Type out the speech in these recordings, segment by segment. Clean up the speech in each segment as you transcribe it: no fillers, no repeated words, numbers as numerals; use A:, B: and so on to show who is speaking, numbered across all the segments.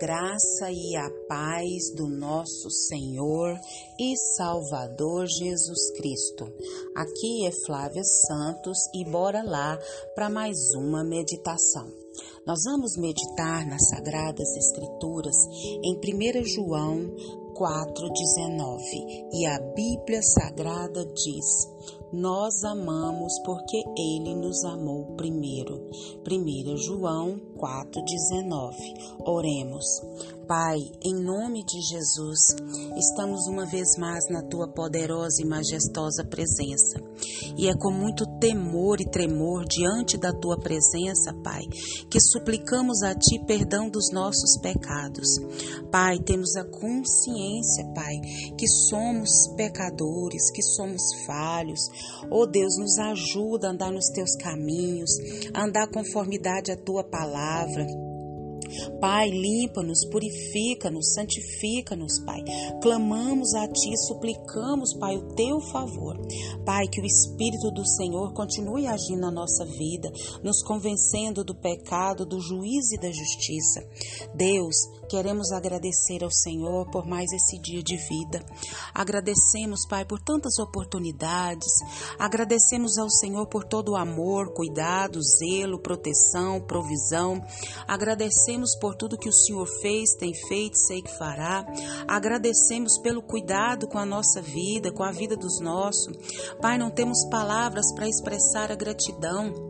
A: graça e a paz do nosso Senhor e Salvador Jesus Cristo. Aqui é Flávia Santos e bora lá para mais uma meditação. Nós vamos meditar nas Sagradas Escrituras em 1 João 4,19 e a Bíblia Sagrada diz: nós amamos porque Ele nos amou primeiro. 1 João 4,19. Oremos. Pai, em nome de Jesus, estamos uma vez mais na Tua poderosa e majestosa presença. E é com muito temor e tremor diante da Tua presença, Pai, que suplicamos a Ti perdão dos nossos pecados. Pai, temos a consciência, Pai, que somos pecadores, que somos falhos. Oh Deus, nos ajuda a andar nos Teus caminhos, a andar conformidade à Tua palavra. Pai, limpa-nos, purifica-nos, santifica-nos, Pai. Clamamos a Ti, suplicamos, Pai, o Teu favor. Pai, que o Espírito do Senhor continue agindo na nossa vida, nos convencendo do pecado, do juízo e da justiça. Deus, queremos agradecer ao Senhor por mais esse dia de vida. Agradecemos, Pai, por tantas oportunidades. Agradecemos ao Senhor por todo o amor, cuidado, zelo, proteção, provisão. Agradecemos por tudo que o Senhor fez, tem feito, sei que fará. Agradecemos pelo cuidado com a nossa vida, com a vida dos nossos. Pai, não temos palavras para expressar a gratidão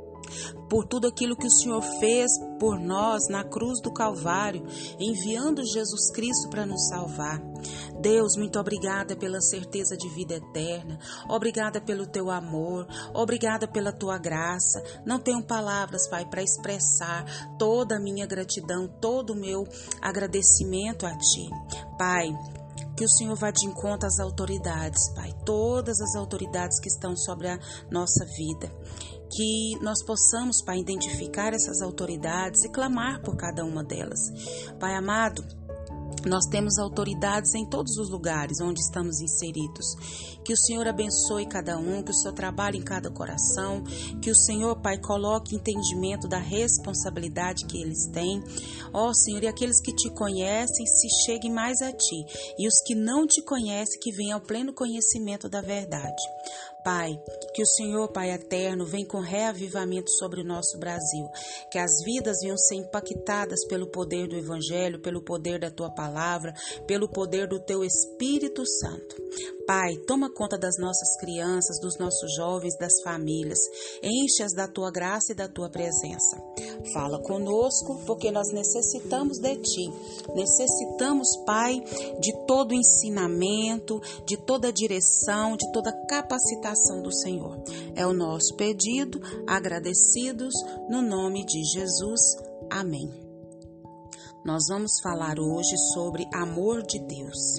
A: por tudo aquilo que o Senhor fez por nós na cruz do Calvário, enviando Jesus Cristo para nos salvar. Deus, muito obrigada pela certeza de vida eterna, obrigada pelo Teu amor, obrigada pela Tua graça. Não tenho palavras, Pai, para expressar toda a minha gratidão, todo o meu agradecimento a Ti. Pai, que o Senhor vá de encontro às autoridades, Pai, todas as autoridades que estão sobre a nossa vida. Que nós possamos, Pai, identificar essas autoridades e clamar por cada uma delas. Pai amado, nós temos autoridades em todos os lugares onde estamos inseridos. Que o Senhor abençoe cada um, que o Senhor trabalhe em cada coração, que o Senhor, Pai, coloque entendimento da responsabilidade que eles têm. Ó Senhor, e aqueles que Te conhecem, se cheguem mais a Ti. E os que não Te conhecem, que venham ao pleno conhecimento da verdade. Pai, que o Senhor, Pai eterno, vem com reavivamento sobre o nosso Brasil, que as vidas venham ser impactadas pelo poder do Evangelho, pelo poder da Tua palavra, pelo poder do Teu Espírito Santo. Pai, toma conta das nossas crianças, dos nossos jovens, das famílias, enche-as da Tua graça e da Tua presença. Fala conosco, porque nós necessitamos de Ti, necessitamos, Pai, de todo o ensinamento, de toda a direção, de toda a capacitação do Senhor. É o nosso pedido, agradecidos no nome de Jesus. Amém. Nós vamos falar hoje sobre amor de Deus.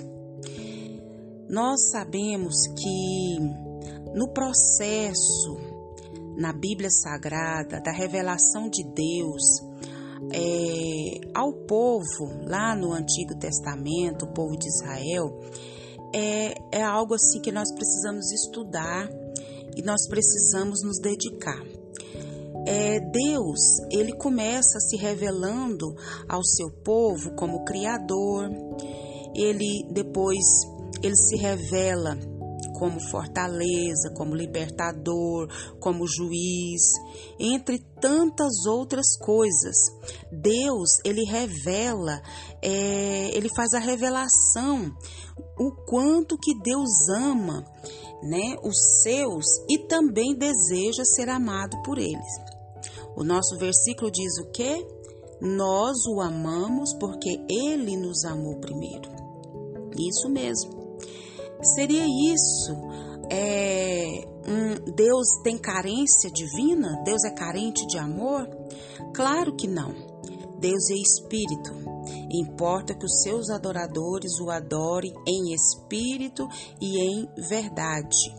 A: Nós sabemos que no processo, na Bíblia Sagrada, da revelação de Deus ao povo, lá no Antigo Testamento, o povo de Israel, é algo assim que nós precisamos estudar e nós precisamos nos dedicar. Deus, Ele começa se revelando ao seu povo como Criador. Depois Ele se revela como fortaleza, como libertador, como juiz, entre tantas outras coisas. Deus, Ele revela, Ele faz a revelação, o quanto que Deus ama, né, os seus e também deseja ser amado por eles. O nosso versículo diz o quê? Nós o amamos porque Ele nos amou primeiro. Isso mesmo. Seria isso? Deus tem carência divina? Deus é carente de amor? Claro que não. Deus é Espírito. Importa que os seus adoradores o adorem em espírito e em verdade.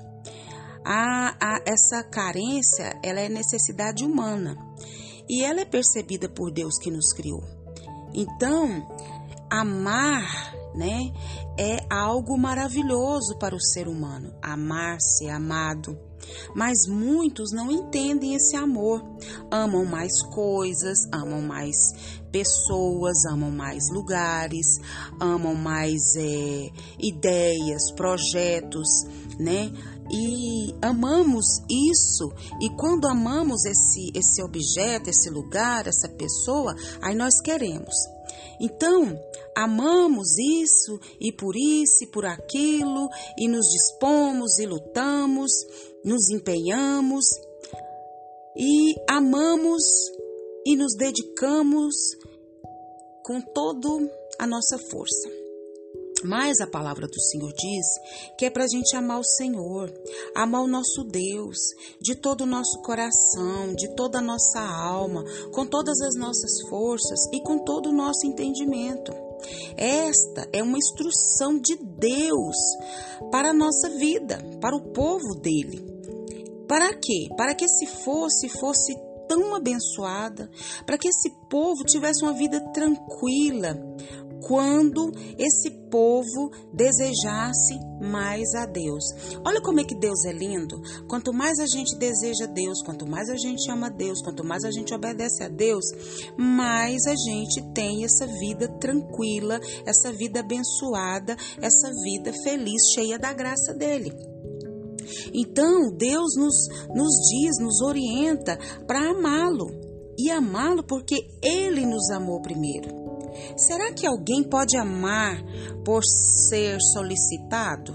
A: Essa carência, ela é necessidade humana e ela é percebida por Deus que nos criou. Então, amar, né, é algo maravilhoso para o ser humano. Amar, ser amado. Mas muitos não entendem esse amor. Amam mais coisas, amam mais pessoas, amam mais lugares, amam mais ideias, projetos, né? E amamos isso, e quando amamos esse objeto, esse lugar, essa pessoa, aí nós queremos. Então, amamos isso e por aquilo, e nos dispomos e lutamos, nos empenhamos, e amamos e nos dedicamos com toda a nossa força. Mas a palavra do Senhor diz que é para a gente amar o Senhor, amar o nosso Deus, de todo o nosso coração, de toda a nossa alma, com todas as nossas forças e com todo o nosso entendimento. Esta é uma instrução de Deus para a nossa vida, para o povo dele. Para quê? Para que esse fosse tão abençoada, para que esse povo tivesse uma vida tranquila, quando esse povo desejasse mais a Deus. Olha como é que Deus é lindo. Quanto mais a gente deseja Deus, quanto mais a gente ama Deus, quanto mais a gente obedece a Deus, mais a gente tem essa vida tranquila, essa vida abençoada, essa vida feliz, cheia da graça dele. Então, Deus nos diz, nos orienta para amá-lo. E amá-lo porque ele nos amou primeiro. Será que alguém pode amar por ser solicitado?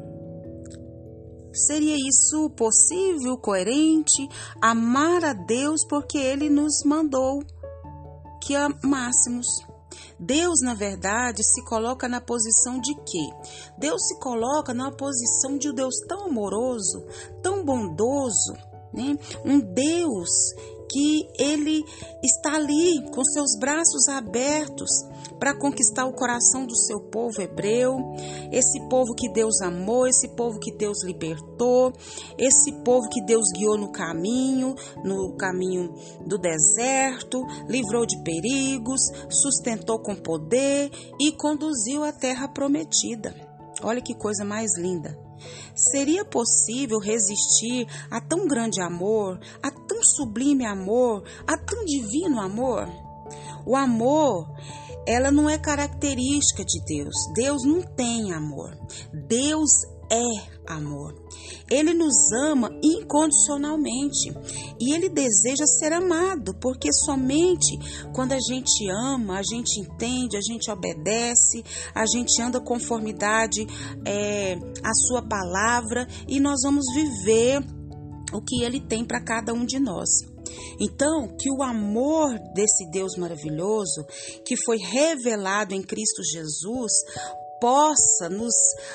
A: Seria isso possível, coerente? Amar a Deus porque Ele nos mandou que amássemos. Deus, na verdade, se coloca na posição de quê? Deus se coloca na posição de um Deus tão amoroso, tão bondoso, né? Um Deus que ele está ali com seus braços abertos para conquistar o coração do seu povo hebreu, esse povo que Deus amou, esse povo que Deus libertou, esse povo que Deus guiou no caminho do deserto, livrou de perigos, sustentou com poder e conduziu à terra prometida. Olha que coisa mais linda. Seria possível resistir a tão grande amor, a tão sublime amor, a tão divino amor? O amor, ela não é característica de Deus. Deus não tem amor. Deus é amor. Ele nos ama incondicionalmente e Ele deseja ser amado, porque somente quando a gente ama, a gente entende, a gente obedece, a gente anda conformidade à sua palavra e nós vamos viver o que Ele tem para cada um de nós. Então, que o amor desse Deus maravilhoso, que foi revelado em Cristo Jesus, possa nos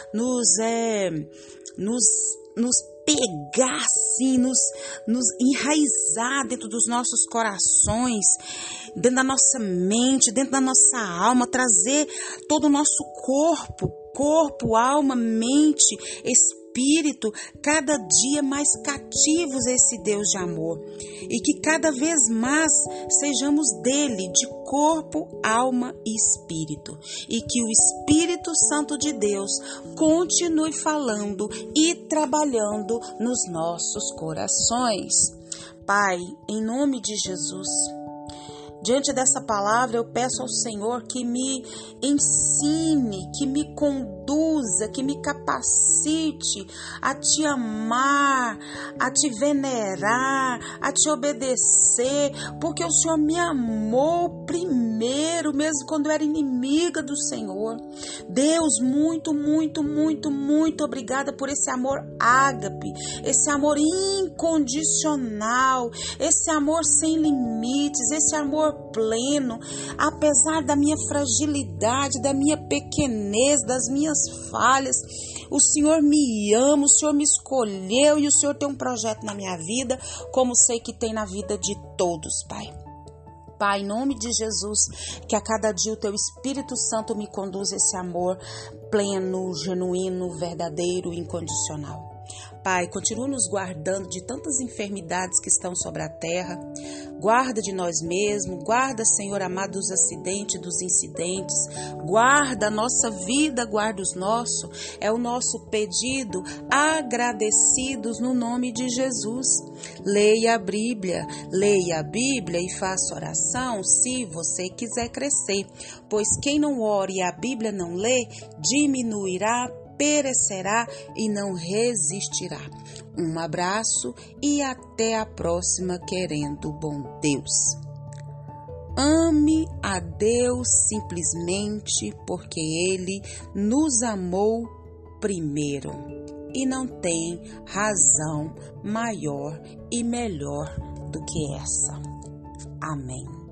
A: pegar assim, nos enraizar dentro dos nossos corações, dentro da nossa mente, dentro da nossa alma, trazer todo o nosso corpo, alma, mente, espírito, cada dia mais cativos a esse Deus de amor. E que cada vez mais sejamos dele, de corpo, alma e espírito. E que o Espírito Santo de Deus continue falando e trabalhando nos nossos corações. Pai, em nome de Jesus, diante dessa palavra, eu peço ao Senhor que me ensine, que me conduza, que me capacite a te amar, a te venerar, a te obedecer, porque o Senhor me amou primeiro, mesmo quando eu era inimiga do Senhor. Deus, muito, muito, muito, muito obrigada por esse amor ágape, esse amor incondicional, esse amor sem limites, esse amor pleno, apesar da minha fragilidade, da minha pequenez, das minhas falhas. O Senhor me ama, o Senhor me escolheu e o Senhor tem um projeto na minha vida, como sei que tem na vida de todos, Pai. Pai, em nome de Jesus, que a cada dia o Teu Espírito Santo me conduza esse amor pleno, genuíno, verdadeiro e incondicional. Pai, continua nos guardando de tantas enfermidades que estão sobre a terra. Guarda de nós mesmos, guarda, Senhor amado, dos acidentes, dos incidentes. Guarda a nossa vida, guarda os nossos. É o nosso pedido, agradecidos no nome de Jesus. Leia a Bíblia e faça oração se você quiser crescer. Pois quem não ore e a Bíblia não lê, diminuirá, perecerá e não resistirá. Um abraço e até a próxima, querendo bom Deus. Ame a Deus simplesmente porque Ele nos amou primeiro e não tem razão maior e melhor do que essa. Amém.